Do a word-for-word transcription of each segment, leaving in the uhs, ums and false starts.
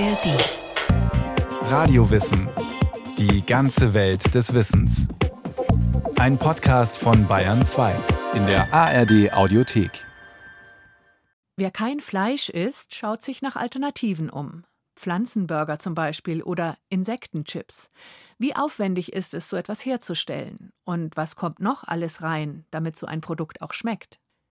R D. Radiowissen. Die ganze Welt des Wissens. Ein Podcast von Bayern zwei in der A R D Audiothek. Wer kein Fleisch isst, schaut sich nach Alternativen um. Pflanzenburger zum Beispiel oder Insektenchips. Wie aufwendig ist es, so etwas herzustellen? Und was kommt noch alles rein, damit so ein Produkt auch schmeckt?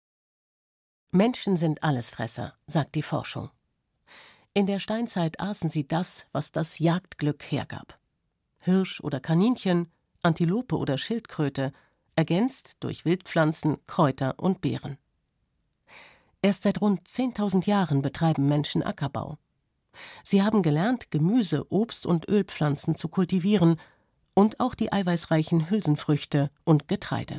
Menschen sind Allesfresser, sagt die Forschung. In der Steinzeit aßen sie das, was das Jagdglück hergab. Hirsch oder Kaninchen, Antilope oder Schildkröte, ergänzt durch Wildpflanzen, Kräuter und Beeren. Erst seit rund zehntausend Jahren betreiben Menschen Ackerbau. Sie haben gelernt, Gemüse, Obst und Ölpflanzen zu kultivieren und auch die eiweißreichen Hülsenfrüchte und Getreide.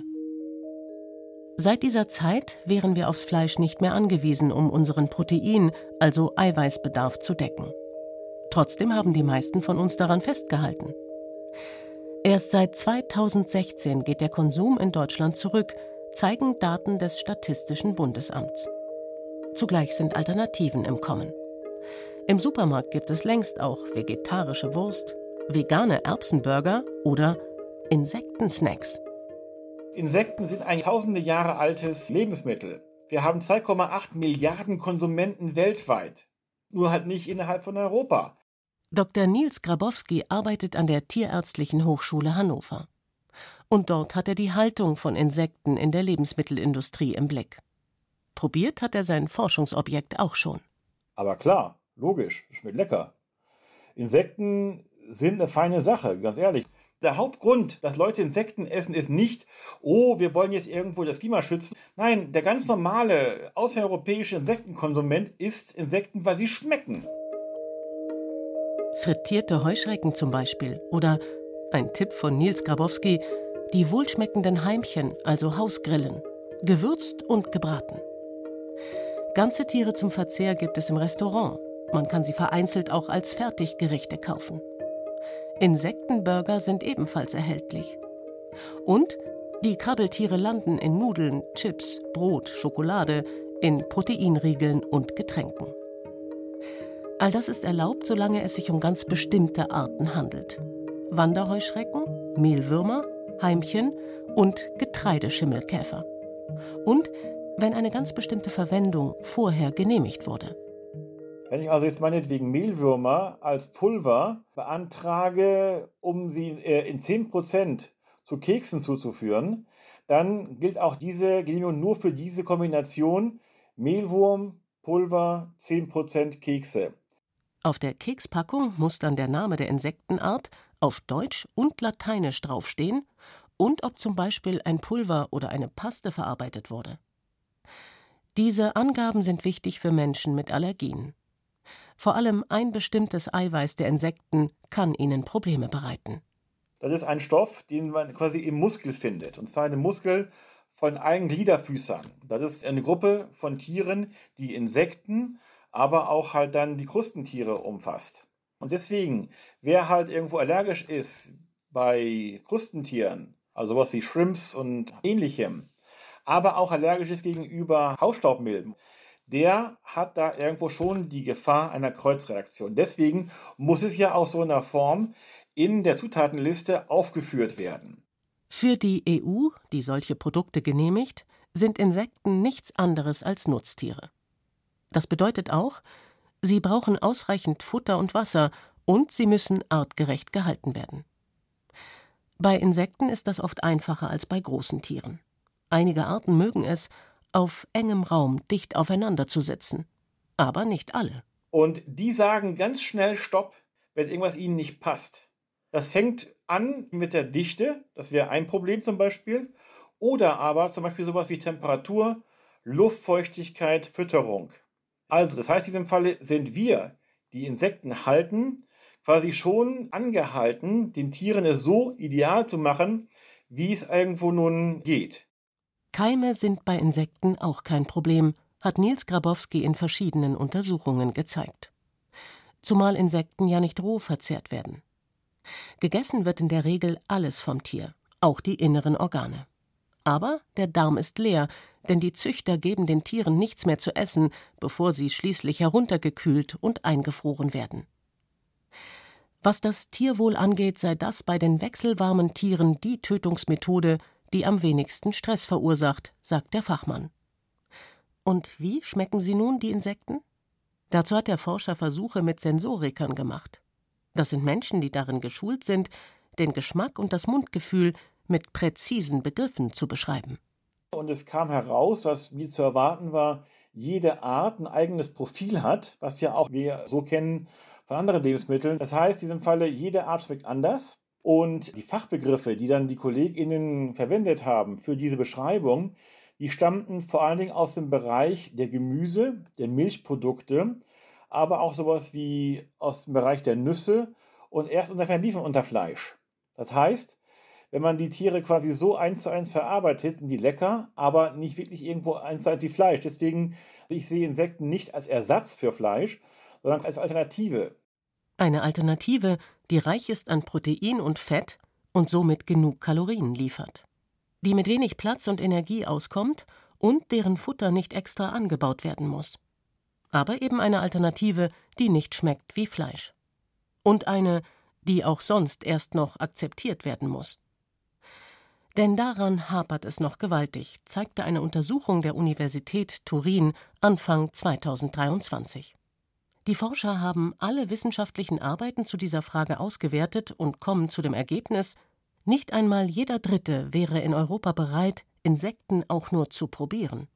Seit dieser Zeit wären wir aufs Fleisch nicht mehr angewiesen, um unseren Protein, also Eiweißbedarf, zu decken. Trotzdem haben die meisten von uns daran festgehalten. Erst seit zweitausendsechzehn geht der Konsum in Deutschland zurück, zeigen Daten des Statistischen Bundesamts. Zugleich sind Alternativen im Kommen. Im Supermarkt gibt es längst auch vegetarische Wurst, vegane Erbsenburger oder Insektensnacks. Insekten sind ein tausende Jahre altes Lebensmittel. Wir haben zwei Komma acht Milliarden Konsumenten weltweit. Nur halt nicht innerhalb von Europa. Doktor Nils Grabowski arbeitet an der Tierärztlichen Hochschule Hannover. Und dort hat er die Haltung von Insekten in der Lebensmittelindustrie im Blick. Probiert hat er sein Forschungsobjekt auch schon. Aber klar, logisch, schmeckt lecker. Insekten sind eine feine Sache, ganz ehrlich. Der Hauptgrund, dass Leute Insekten essen, ist nicht, oh, wir wollen jetzt irgendwo das Klima schützen. Nein, der ganz normale außereuropäische Insektenkonsument isst Insekten, weil sie schmecken. Frittierte Heuschrecken zum Beispiel oder, ein Tipp von Nils Grabowski, die wohlschmeckenden Heimchen, also Hausgrillen, gewürzt und gebraten. Ganze Tiere zum Verzehr gibt es im Restaurant. Man kann sie vereinzelt auch als Fertiggerichte kaufen. Insektenburger sind ebenfalls erhältlich. Und die Krabbeltiere landen in Nudeln, Chips, Brot, Schokolade, in Proteinriegeln und Getränken. All das ist erlaubt, solange es sich um ganz bestimmte Arten handelt. Wanderheuschrecken, Mehlwürmer, Heimchen und Getreideschimmelkäfer. Und wenn eine ganz bestimmte Verwendung vorher genehmigt wurde. Wenn ich also jetzt meinetwegen Mehlwürmer als Pulver beantrage, um sie in zehn Prozent zu Keksen zuzuführen, dann gilt auch diese Genehmigung nur für diese Kombination Mehlwurm, Pulver, zehn Prozent Kekse. Auf der Kekspackung muss dann der Name der Insektenart auf Deutsch und Lateinisch draufstehen und ob zum Beispiel ein Pulver oder eine Paste verarbeitet wurde. Diese Angaben sind wichtig für Menschen mit Allergien. Vor allem ein bestimmtes Eiweiß der Insekten kann ihnen Probleme bereiten. Das ist ein Stoff, den man quasi im Muskel findet. Und zwar in dem Muskel von allen Gliederfüßern. Das ist eine Gruppe von Tieren, die Insekten, aber auch halt dann die Krustentiere umfasst. Und deswegen, wer halt irgendwo allergisch ist bei Krustentieren, also sowas wie Shrimps und ähnlichem, aber auch allergisch ist gegenüber Hausstaubmilben, der hat da irgendwo schon die Gefahr einer Kreuzreaktion. Deswegen muss es ja auch so in einer Form in der Zutatenliste aufgeführt werden. Für die E U, die solche Produkte genehmigt, sind Insekten nichts anderes als Nutztiere. Das bedeutet auch, sie brauchen ausreichend Futter und Wasser und sie müssen artgerecht gehalten werden. Bei Insekten ist das oft einfacher als bei großen Tieren. Einige Arten mögen es, auf engem Raum dicht aufeinander zu sitzen. Aber nicht alle. Und die sagen ganz schnell Stopp, wenn irgendwas ihnen nicht passt. Das fängt an mit der Dichte, das wäre ein Problem zum Beispiel. Oder aber zum Beispiel sowas wie Temperatur, Luftfeuchtigkeit, Fütterung. Also das heißt, in diesem Falle sind wir, die Insekten halten, quasi schon angehalten, den Tieren es so ideal zu machen, wie es irgendwo nun geht. Keime sind bei Insekten auch kein Problem, hat Nils Grabowski in verschiedenen Untersuchungen gezeigt. Zumal Insekten ja nicht roh verzehrt werden. Gegessen wird in der Regel alles vom Tier, auch die inneren Organe. Aber der Darm ist leer, denn die Züchter geben den Tieren nichts mehr zu essen, bevor sie schließlich heruntergekühlt und eingefroren werden. Was das Tierwohl angeht, sei das bei den wechselwarmen Tieren die Tötungsmethode, die am wenigsten Stress verursacht, sagt der Fachmann. Und wie schmecken sie nun, die Insekten? Dazu hat der Forscher Versuche mit Sensorikern gemacht. Das sind Menschen, die darin geschult sind, den Geschmack und das Mundgefühl mit präzisen Begriffen zu beschreiben. Und es kam heraus, was wie zu erwarten war, jede Art ein eigenes Profil hat, was ja auch wir so kennen von anderen Lebensmitteln. Das heißt, in diesem Falle, jede Art schmeckt anders. Und die Fachbegriffe, die dann die KollegInnen verwendet haben für diese Beschreibung, die stammten vor allen Dingen aus dem Bereich der Gemüse, der Milchprodukte, aber auch sowas wie aus dem Bereich der Nüsse und erst unter liefen unter Fleisch. Das heißt, wenn man die Tiere quasi so eins zu eins verarbeitet, sind die lecker, aber nicht wirklich irgendwo eins zu eins wie Fleisch. Deswegen, ich sehe Insekten nicht als Ersatz für Fleisch, sondern als Alternative. Eine Alternative, die reich ist an Protein und Fett und somit genug Kalorien liefert. Die mit wenig Platz und Energie auskommt und deren Futter nicht extra angebaut werden muss. Aber eben eine Alternative, die nicht schmeckt wie Fleisch. Und eine, die auch sonst erst noch akzeptiert werden muss. Denn daran hapert es noch gewaltig, zeigte eine Untersuchung der Universität Turin Anfang zweitausenddreiundzwanzig. Die Forscher haben alle wissenschaftlichen Arbeiten zu dieser Frage ausgewertet und kommen zu dem Ergebnis, nicht einmal jeder Dritte wäre in Europa bereit, Insekten auch nur zu probieren.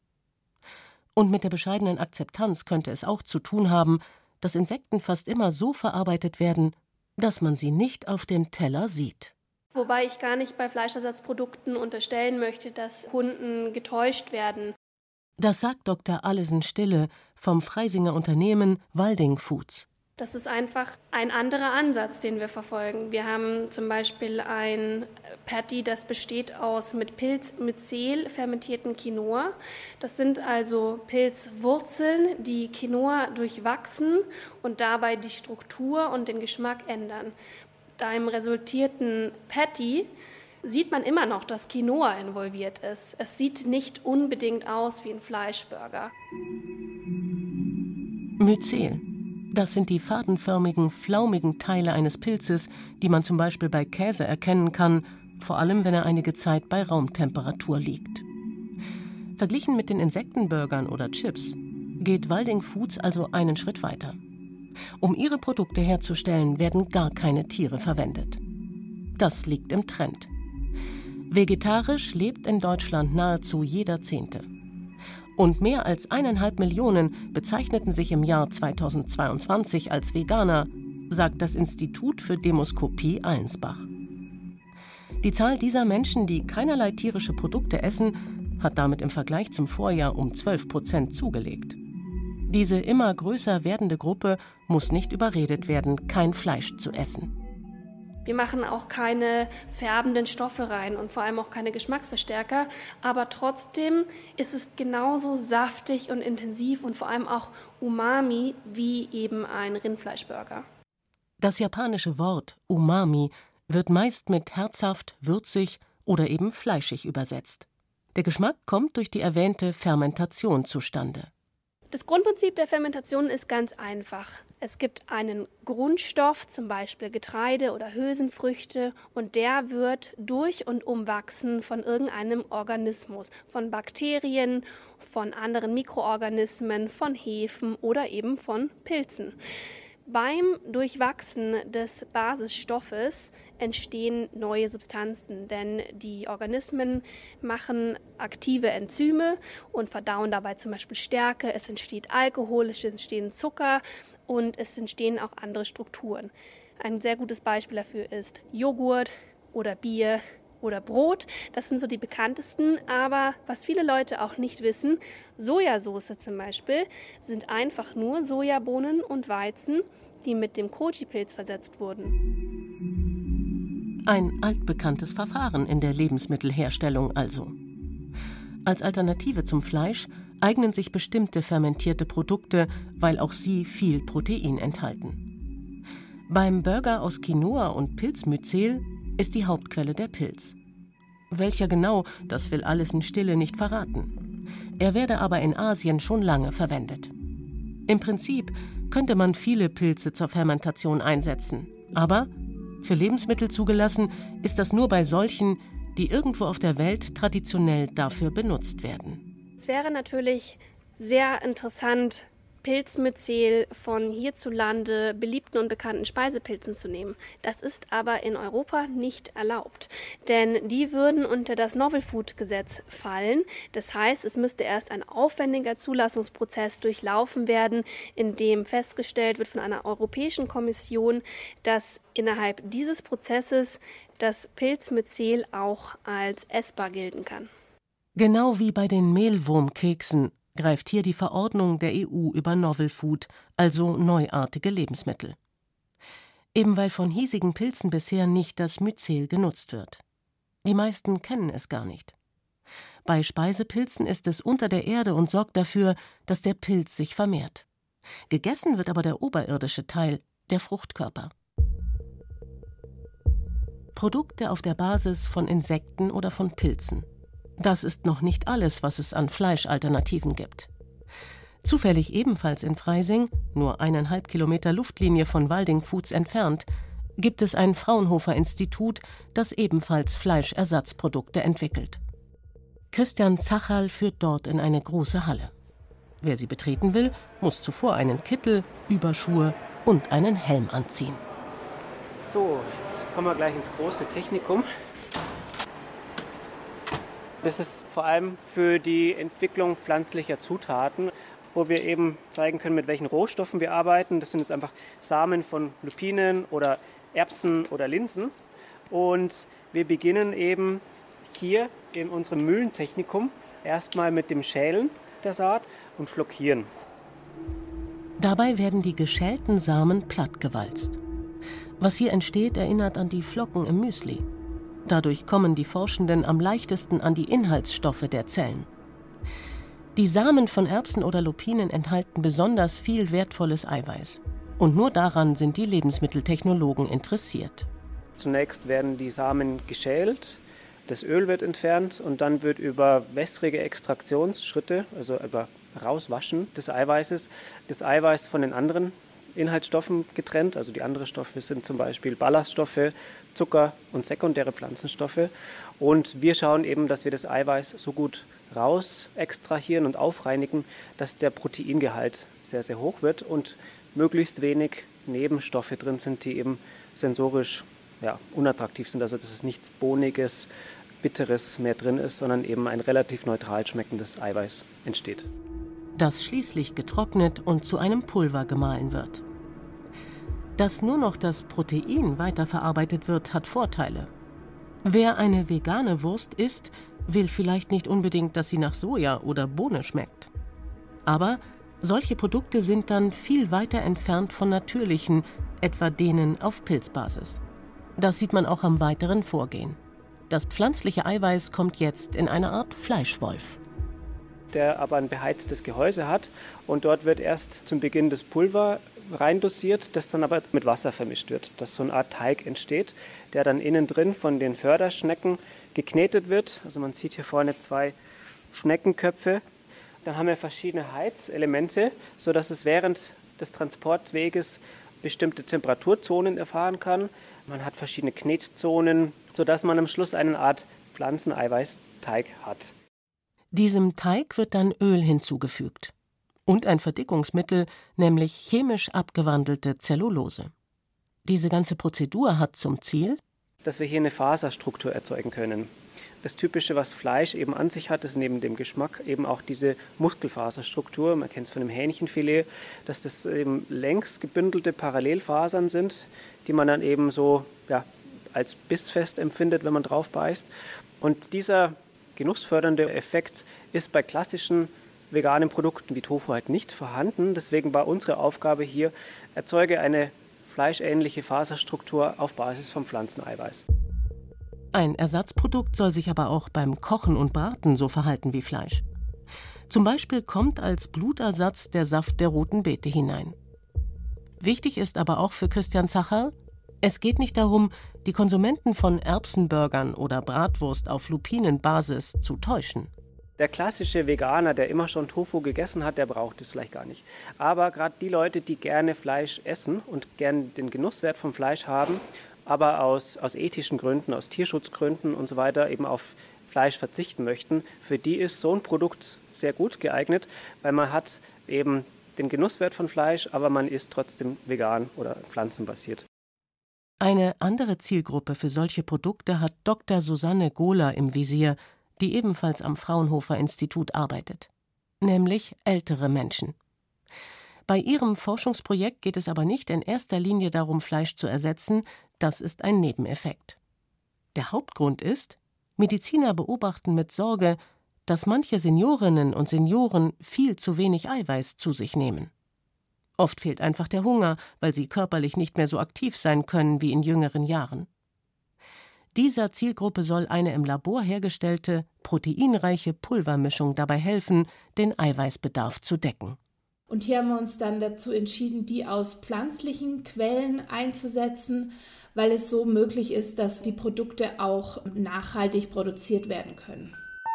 Und mit der bescheidenen Akzeptanz könnte es auch zu tun haben, dass Insekten fast immer so verarbeitet werden, dass man sie nicht auf dem Teller sieht. Wobei ich gar nicht bei Fleischersatzprodukten unterstellen möchte, dass Kunden getäuscht werden. Das sagt Doktor Alison Stille vom Freisinger Unternehmen Walding Foods. Das ist einfach ein anderer Ansatz, den wir verfolgen. Wir haben zum Beispiel ein Patty, das besteht aus mit Pilzmycel fermentierten Quinoa. Das sind also Pilzwurzeln, die Quinoa durchwachsen und dabei die Struktur und den Geschmack ändern. Da im resultierten Patty sieht man immer noch, dass Quinoa involviert ist. Es sieht nicht unbedingt aus wie ein Fleischburger. Mycel. Das sind die fadenförmigen, flaumigen Teile eines Pilzes, die man zum Beispiel bei Käse erkennen kann, vor allem wenn er einige Zeit bei Raumtemperatur liegt. Verglichen mit den Insektenburgern oder Chips geht Walding Foods also einen Schritt weiter. Um ihre Produkte herzustellen, werden gar keine Tiere verwendet. Das liegt im Trend. Vegetarisch lebt in Deutschland nahezu jeder Zehnte. Und mehr als eineinhalb Millionen bezeichneten sich im Jahr zweitausendzweiundzwanzig als Veganer, sagt das Institut für Demoskopie Allensbach. Die Zahl dieser Menschen, die keinerlei tierische Produkte essen, hat damit im Vergleich zum Vorjahr um zwölf Prozent zugelegt. Diese immer größer werdende Gruppe muss nicht überredet werden, kein Fleisch zu essen. Wir machen auch keine färbenden Stoffe rein und vor allem auch keine Geschmacksverstärker, aber trotzdem ist es genauso saftig und intensiv und vor allem auch Umami wie eben ein Rindfleischburger. Das japanische Wort Umami wird meist mit herzhaft, würzig oder eben fleischig übersetzt. Der Geschmack kommt durch die erwähnte Fermentation zustande. Das Grundprinzip der Fermentation ist ganz einfach. Es gibt einen Grundstoff, zum Beispiel Getreide oder Hülsenfrüchte, und der wird durch und umwachsen von irgendeinem Organismus, von Bakterien, von anderen Mikroorganismen, von Hefen oder eben von Pilzen. Beim Durchwachsen des Basisstoffes entstehen neue Substanzen, denn die Organismen machen aktive Enzyme und verdauen dabei zum Beispiel Stärke. Es entsteht Alkohol, es entstehen Zucker und es entstehen auch andere Strukturen. Ein sehr gutes Beispiel dafür ist Joghurt oder Bier oder Brot. Das sind so die bekanntesten, aber was viele Leute auch nicht wissen, Sojasauce zum Beispiel sind einfach nur Sojabohnen und Weizen, die mit dem Koji-Pilz versetzt wurden. Ein altbekanntes Verfahren in der Lebensmittelherstellung also. Als Alternative zum Fleisch eignen sich bestimmte fermentierte Produkte, weil auch sie viel Protein enthalten. Beim Burger aus Quinoa und Pilzmycel ist die Hauptquelle der Pilz. Welcher genau, das will Alison Stille nicht verraten. Er werde aber in Asien schon lange verwendet. Im Prinzip könnte man viele Pilze zur Fermentation einsetzen, Aber für Lebensmittel zugelassen ist das nur bei solchen, die irgendwo auf der Welt traditionell dafür benutzt werden. Es wäre natürlich sehr interessant, Pilzmycel von hierzulande beliebten und bekannten Speisepilzen zu nehmen. Das ist aber in Europa nicht erlaubt, denn die würden unter das Novel Food Gesetz fallen. Das heißt, es müsste erst ein aufwendiger Zulassungsprozess durchlaufen werden, in dem festgestellt wird von einer Europäischen Kommission, dass innerhalb dieses Prozesses das Pilzmycel auch als essbar gelten kann. Genau wie bei den Mehlwurmkeksen greift hier die Verordnung der E U über Novel Food, also neuartige Lebensmittel. Eben weil von hiesigen Pilzen bisher nicht das Mycel genutzt wird. Die meisten kennen es gar nicht. Bei Speisepilzen ist es unter der Erde und sorgt dafür, dass der Pilz sich vermehrt. Gegessen wird aber der oberirdische Teil, der Fruchtkörper. Produkte auf der Basis von Insekten oder von Pilzen. Das ist noch nicht alles, was es an Fleischalternativen gibt. Zufällig ebenfalls in Freising, nur eineinhalb Kilometer Luftlinie von Walding Foods entfernt, gibt es ein Fraunhofer-Institut, das ebenfalls Fleischersatzprodukte entwickelt. Christian Zacherl führt dort in eine große Halle. Wer sie betreten will, muss zuvor einen Kittel, Überschuhe und einen Helm anziehen. So, jetzt kommen wir gleich ins große Technikum. Das ist vor allem für die Entwicklung pflanzlicher Zutaten, wo wir eben zeigen können, mit welchen Rohstoffen wir arbeiten. Das sind jetzt einfach Samen von Lupinen oder Erbsen oder Linsen. Und wir beginnen eben hier in unserem Mühlentechnikum erstmal mit dem Schälen der Saat und Flockieren. Dabei werden die geschälten Samen plattgewalzt. Was hier entsteht, erinnert an die Flocken im Müsli. Dadurch kommen die Forschenden am leichtesten an die Inhaltsstoffe der Zellen. Die Samen von Erbsen oder Lupinen enthalten besonders viel wertvolles Eiweiß. Und nur daran sind die Lebensmitteltechnologen interessiert. Zunächst werden die Samen geschält, das Öl wird entfernt und dann wird über wässrige Extraktionsschritte, also über Rauswaschen des Eiweißes, das Eiweiß von den anderen Inhaltsstoffen getrennt. Also die anderen Stoffe sind zum Beispiel Ballaststoffe, Zucker und sekundäre Pflanzenstoffe. Und wir schauen eben, dass wir das Eiweiß so gut raus extrahieren und aufreinigen, dass der Proteingehalt sehr, sehr hoch wird und möglichst wenig Nebenstoffe drin sind, die eben sensorisch ja, unattraktiv sind. Also dass es nichts Bohniges, Bitteres mehr drin ist, sondern eben ein relativ neutral schmeckendes Eiweiß entsteht. Das schließlich getrocknet und zu einem Pulver gemahlen wird. Dass nur noch das Protein weiterverarbeitet wird, hat Vorteile. Wer eine vegane Wurst isst, will vielleicht nicht unbedingt, dass sie nach Soja oder Bohne schmeckt. Aber solche Produkte sind dann viel weiter entfernt von natürlichen, etwa denen auf Pilzbasis. Das sieht man auch am weiteren Vorgehen. Das pflanzliche Eiweiß kommt jetzt in eine Art Fleischwolf, der aber ein beheiztes Gehäuse hat. Und dort wird erst zum Beginn das Pulver reindosiert, das dann aber mit Wasser vermischt wird, dass so eine Art Teig entsteht, der dann innen drin von den Förderschnecken geknetet wird. Also man sieht hier vorne zwei Schneckenköpfe. Dann haben wir verschiedene Heizelemente, sodass es während des Transportweges bestimmte Temperaturzonen erfahren kann. Man hat verschiedene Knetzonen, sodass man am Schluss eine Art Pflanzeneiweißteig hat. Diesem Teig wird dann Öl hinzugefügt und ein Verdickungsmittel, nämlich chemisch abgewandelte Zellulose. Diese ganze Prozedur hat zum Ziel, dass wir hier eine Faserstruktur erzeugen können. Das Typische, was Fleisch eben an sich hat, ist neben dem Geschmack eben auch diese Muskelfaserstruktur. Man kennt es von dem Hähnchenfilet, dass das eben längs gebündelte Parallelfasern sind, die man dann eben so ja, als bissfest empfindet, wenn man drauf beißt. Und dieser genussfördernde Effekt ist bei klassischen veganen Produkten wie Tofu halt nicht vorhanden. Deswegen war unsere Aufgabe hier, erzeuge eine fleischähnliche Faserstruktur auf Basis von Pflanzeneiweiß. Ein Ersatzprodukt soll sich aber auch beim Kochen und Braten so verhalten wie Fleisch. Zum Beispiel kommt als Blutersatz der Saft der roten Beete hinein. Wichtig ist aber auch für Christian Zacherl, es geht nicht darum, die Konsumenten von Erbsenburgern oder Bratwurst auf Lupinenbasis zu täuschen. Der klassische Veganer, der immer schon Tofu gegessen hat, der braucht es vielleicht gar nicht. Aber gerade die Leute, die gerne Fleisch essen und gerne den Genusswert vom Fleisch haben, aber aus, aus ethischen Gründen, aus Tierschutzgründen und so weiter eben auf Fleisch verzichten möchten, für die ist so ein Produkt sehr gut geeignet, weil man hat eben den Genusswert von Fleisch, aber man ist trotzdem vegan oder pflanzenbasiert. Eine andere Zielgruppe für solche Produkte hat Doktor Susanne Gohler im Visier, die ebenfalls am Fraunhofer Institut arbeitet, nämlich ältere Menschen. Bei ihrem Forschungsprojekt geht es aber nicht in erster Linie darum, Fleisch zu ersetzen, das ist ein Nebeneffekt. Der Hauptgrund ist, Mediziner beobachten mit Sorge, dass manche Seniorinnen und Senioren viel zu wenig Eiweiß zu sich nehmen. Oft fehlt einfach der Hunger, weil sie körperlich nicht mehr so aktiv sein können wie in jüngeren Jahren. Dieser Zielgruppe soll eine im Labor hergestellte, proteinreiche Pulvermischung dabei helfen, den Eiweißbedarf zu decken. Und hier haben wir uns dann dazu entschieden, die aus pflanzlichen Quellen einzusetzen, weil es so möglich ist, dass die Produkte auch nachhaltig produziert werden können.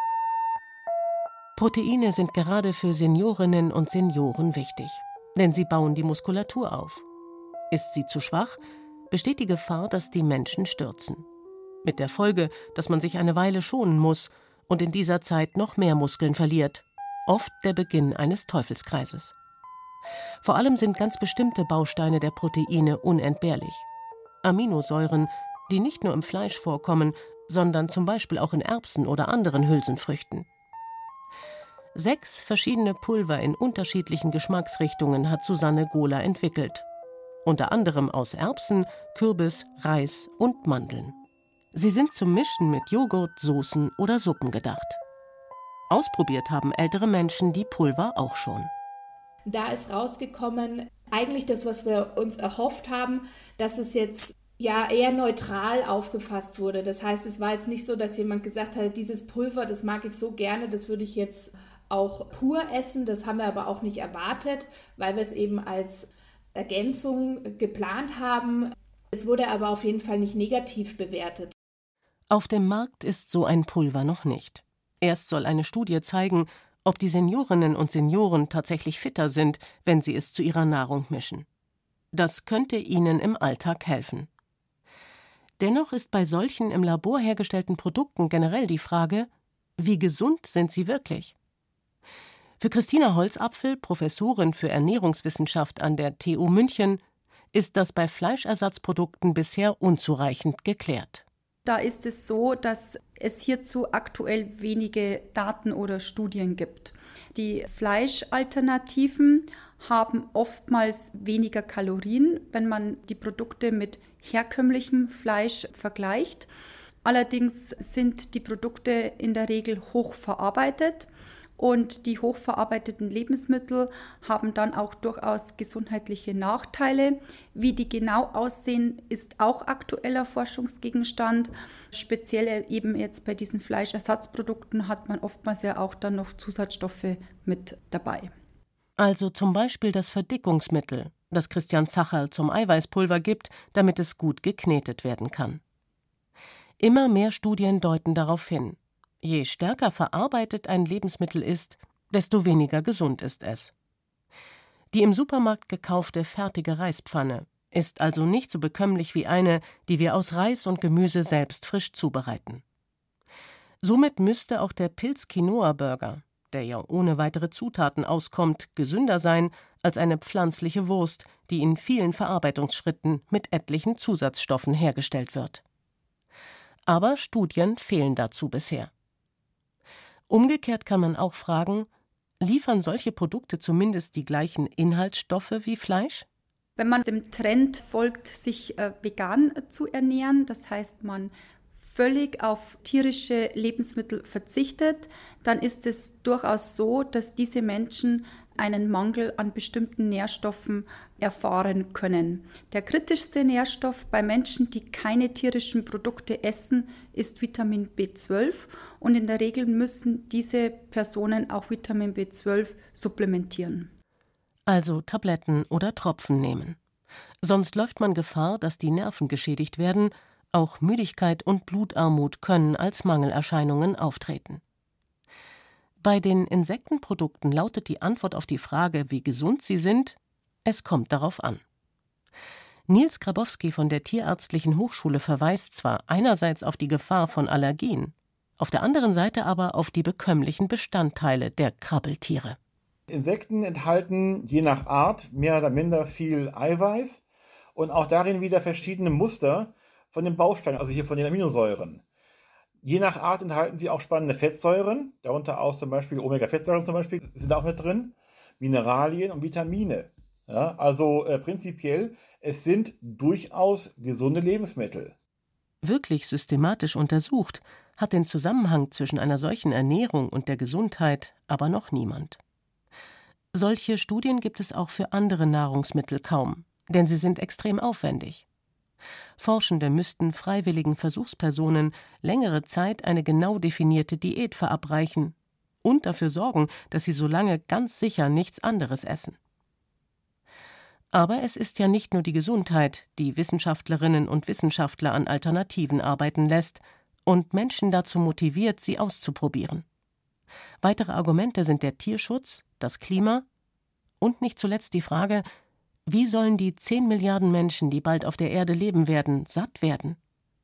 Proteine sind gerade für Seniorinnen und Senioren wichtig, denn sie bauen die Muskulatur auf. Ist sie zu schwach, besteht die Gefahr, dass die Menschen stürzen. Mit der Folge, dass man sich eine Weile schonen muss und in dieser Zeit noch mehr Muskeln verliert. Oft der Beginn eines Teufelskreises. Vor allem sind ganz bestimmte Bausteine der Proteine unentbehrlich. Aminosäuren, die nicht nur im Fleisch vorkommen, sondern zum Beispiel auch in Erbsen oder anderen Hülsenfrüchten. Sechs verschiedene Pulver in unterschiedlichen Geschmacksrichtungen hat Susanne Gohler entwickelt. Unter anderem aus Erbsen, Kürbis, Reis und Mandeln. Sie sind zum Mischen mit Joghurt, Soßen oder Suppen gedacht. Ausprobiert haben ältere Menschen die Pulver auch schon. Da ist rausgekommen, eigentlich das, was wir uns erhofft haben, dass es jetzt ja eher neutral aufgefasst wurde. Das heißt, es war jetzt nicht so, dass jemand gesagt hat, dieses Pulver, das mag ich so gerne, das würde ich jetzt auch pur essen. Das haben wir aber auch nicht erwartet, weil wir es eben als Ergänzung geplant haben. Es wurde aber auf jeden Fall nicht negativ bewertet. Auf dem Markt ist so ein Pulver noch nicht. Erst soll eine Studie zeigen, ob die Seniorinnen und Senioren tatsächlich fitter sind, wenn sie es zu ihrer Nahrung mischen. Das könnte ihnen im Alltag helfen. Dennoch ist bei solchen im Labor hergestellten Produkten generell die Frage, wie gesund sind sie wirklich? Für Christina Holzapfel, Professorin für Ernährungswissenschaft an der T U München, ist das bei Fleischersatzprodukten bisher unzureichend geklärt. Da ist es so, dass es hierzu aktuell wenige Daten oder Studien gibt. Die Fleischalternativen haben oftmals weniger Kalorien, wenn man die Produkte mit herkömmlichem Fleisch vergleicht. Allerdings sind die Produkte in der Regel hochverarbeitet. Und die hochverarbeiteten Lebensmittel haben dann auch durchaus gesundheitliche Nachteile. Wie die genau aussehen, ist auch aktueller Forschungsgegenstand. Speziell eben jetzt bei diesen Fleischersatzprodukten hat man oftmals ja auch dann noch Zusatzstoffe mit dabei. Also zum Beispiel das Verdickungsmittel, das Christian Zacherl zum Eiweißpulver gibt, damit es gut geknetet werden kann. Immer mehr Studien deuten darauf hin. Je stärker verarbeitet ein Lebensmittel ist, desto weniger gesund ist es. Die im Supermarkt gekaufte fertige Reispfanne ist also nicht so bekömmlich wie eine, die wir aus Reis und Gemüse selbst frisch zubereiten. Somit müsste auch der Pilz-Quinoa-Burger, der ja ohne weitere Zutaten auskommt, gesünder sein als eine pflanzliche Wurst, die in vielen Verarbeitungsschritten mit etlichen Zusatzstoffen hergestellt wird. Aber Studien fehlen dazu bisher. Umgekehrt kann man auch fragen, liefern solche Produkte zumindest die gleichen Inhaltsstoffe wie Fleisch? Wenn man dem Trend folgt, sich äh, vegan zu ernähren, das heißt, man völlig auf tierische Lebensmittel verzichtet, dann ist es durchaus so, dass diese Menschen einen Mangel an bestimmten Nährstoffen erfahren können. Der kritischste Nährstoff bei Menschen, die keine tierischen Produkte essen, ist Vitamin B zwölf und in der Regel müssen diese Personen auch Vitamin B zwölf supplementieren. Also Tabletten oder Tropfen nehmen. Sonst läuft man Gefahr, dass die Nerven geschädigt werden. Auch Müdigkeit und Blutarmut können als Mangelerscheinungen auftreten. Bei den Insektenprodukten lautet die Antwort auf die Frage, wie gesund sie sind: Es kommt darauf an. Nils Grabowski von der Tierärztlichen Hochschule verweist zwar einerseits auf die Gefahr von Allergien, auf der anderen Seite aber auf die bekömmlichen Bestandteile der Krabbeltiere. Insekten enthalten je nach Art mehr oder minder viel Eiweiß und auch darin wieder verschiedene Muster von den Bausteinen, also hier von den Aminosäuren. Je nach Art enthalten sie auch spannende Fettsäuren, darunter auch zum Beispiel Omega-Fettsäuren zum Beispiel sind auch mit drin, Mineralien und Vitamine. Ja, also äh, prinzipiell, es sind durchaus gesunde Lebensmittel. Wirklich systematisch untersucht hat den Zusammenhang zwischen einer solchen Ernährung und der Gesundheit aber noch niemand. Solche Studien gibt es auch für andere Nahrungsmittel kaum, denn sie sind extrem aufwendig. Forschende müssten freiwilligen Versuchspersonen längere Zeit eine genau definierte Diät verabreichen und dafür sorgen, dass sie so lange ganz sicher nichts anderes essen. Aber es ist ja nicht nur die Gesundheit, die Wissenschaftlerinnen und Wissenschaftler an Alternativen arbeiten lässt und Menschen dazu motiviert, sie auszuprobieren. Weitere Argumente sind der Tierschutz, das Klima und nicht zuletzt die Frage: Wie sollen die zehn Milliarden Menschen, die bald auf der Erde leben werden, satt werden?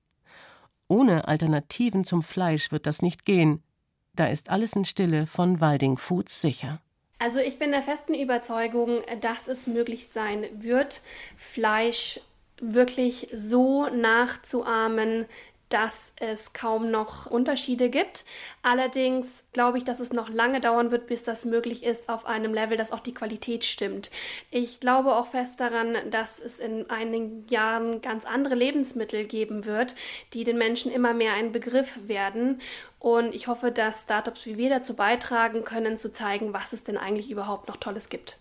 Ohne Alternativen zum Fleisch wird das nicht gehen. Da ist alles in Stille von Walding Foods sicher. Also ich bin der festen Überzeugung, dass es möglich sein wird, Fleisch wirklich so nachzuahmen, dass es kaum noch Unterschiede gibt. Allerdings glaube ich, dass es noch lange dauern wird, bis das möglich ist auf einem Level, dass auch die Qualität stimmt. Ich glaube auch fest daran, dass es in einigen Jahren ganz andere Lebensmittel geben wird, die den Menschen immer mehr ein Begriff werden. Und ich hoffe, dass Startups wie wir dazu beitragen können, zu zeigen, was es denn eigentlich überhaupt noch Tolles gibt.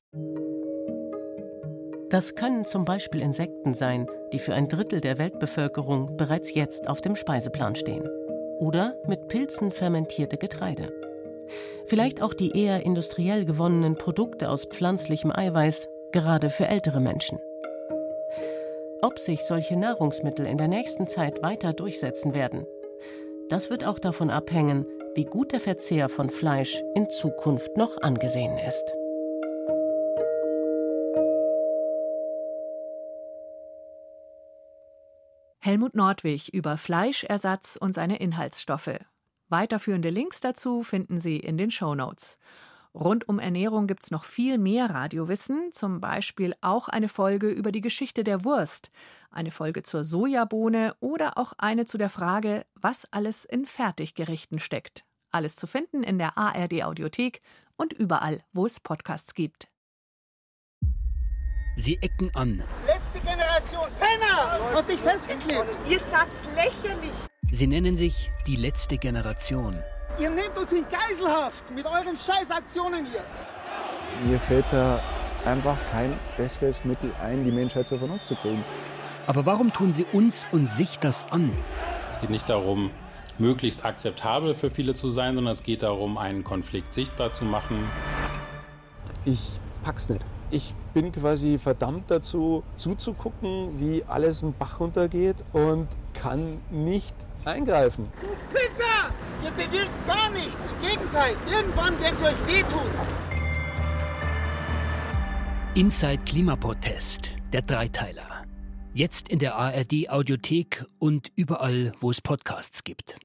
Das können zum Beispiel Insekten sein, die für ein Drittel der Weltbevölkerung bereits jetzt auf dem Speiseplan stehen. Oder mit Pilzen fermentierte Getreide. Vielleicht auch die eher industriell gewonnenen Produkte aus pflanzlichem Eiweiß, gerade für ältere Menschen. Ob sich solche Nahrungsmittel in der nächsten Zeit weiter durchsetzen werden, das wird auch davon abhängen, wie gut der Verzehr von Fleisch in Zukunft noch angesehen ist. Helmut Nordwig über Fleischersatz und seine Inhaltsstoffe. Weiterführende Links dazu finden Sie in den Shownotes. Rund um Ernährung gibt es noch viel mehr Radiowissen, zum Beispiel auch eine Folge über die Geschichte der Wurst, eine Folge zur Sojabohne oder auch eine zu der Frage, was alles in Fertiggerichten steckt. Alles zu finden in der A R D-Audiothek und überall, wo es Podcasts gibt. Sie ecken an. Letzte Generation Penner! Hast dich festgeklebt. Ihr seid lächerlich. Sie nennen sich die letzte Generation. Ihr nehmt uns in Geiselhaft mit euren Scheißaktionen hier. Mir fällt da einfach kein besseres Mittel ein, die Menschheit zur Vernunft zu bringen. Aber warum tun sie uns und sich das an? Es geht nicht darum, möglichst akzeptabel für viele zu sein, sondern es geht darum, einen Konflikt sichtbar zu machen. Ich pack's nicht. Ich bin quasi verdammt dazu, zuzugucken, wie alles einen Bach runtergeht und kann nicht eingreifen. Du Pisser! Ihr bewirkt gar nichts. Im Gegenteil, irgendwann wird es euch wehtun. Inside Klimaprotest, der Dreiteiler. Jetzt in der A R D-Audiothek und überall, wo es Podcasts gibt.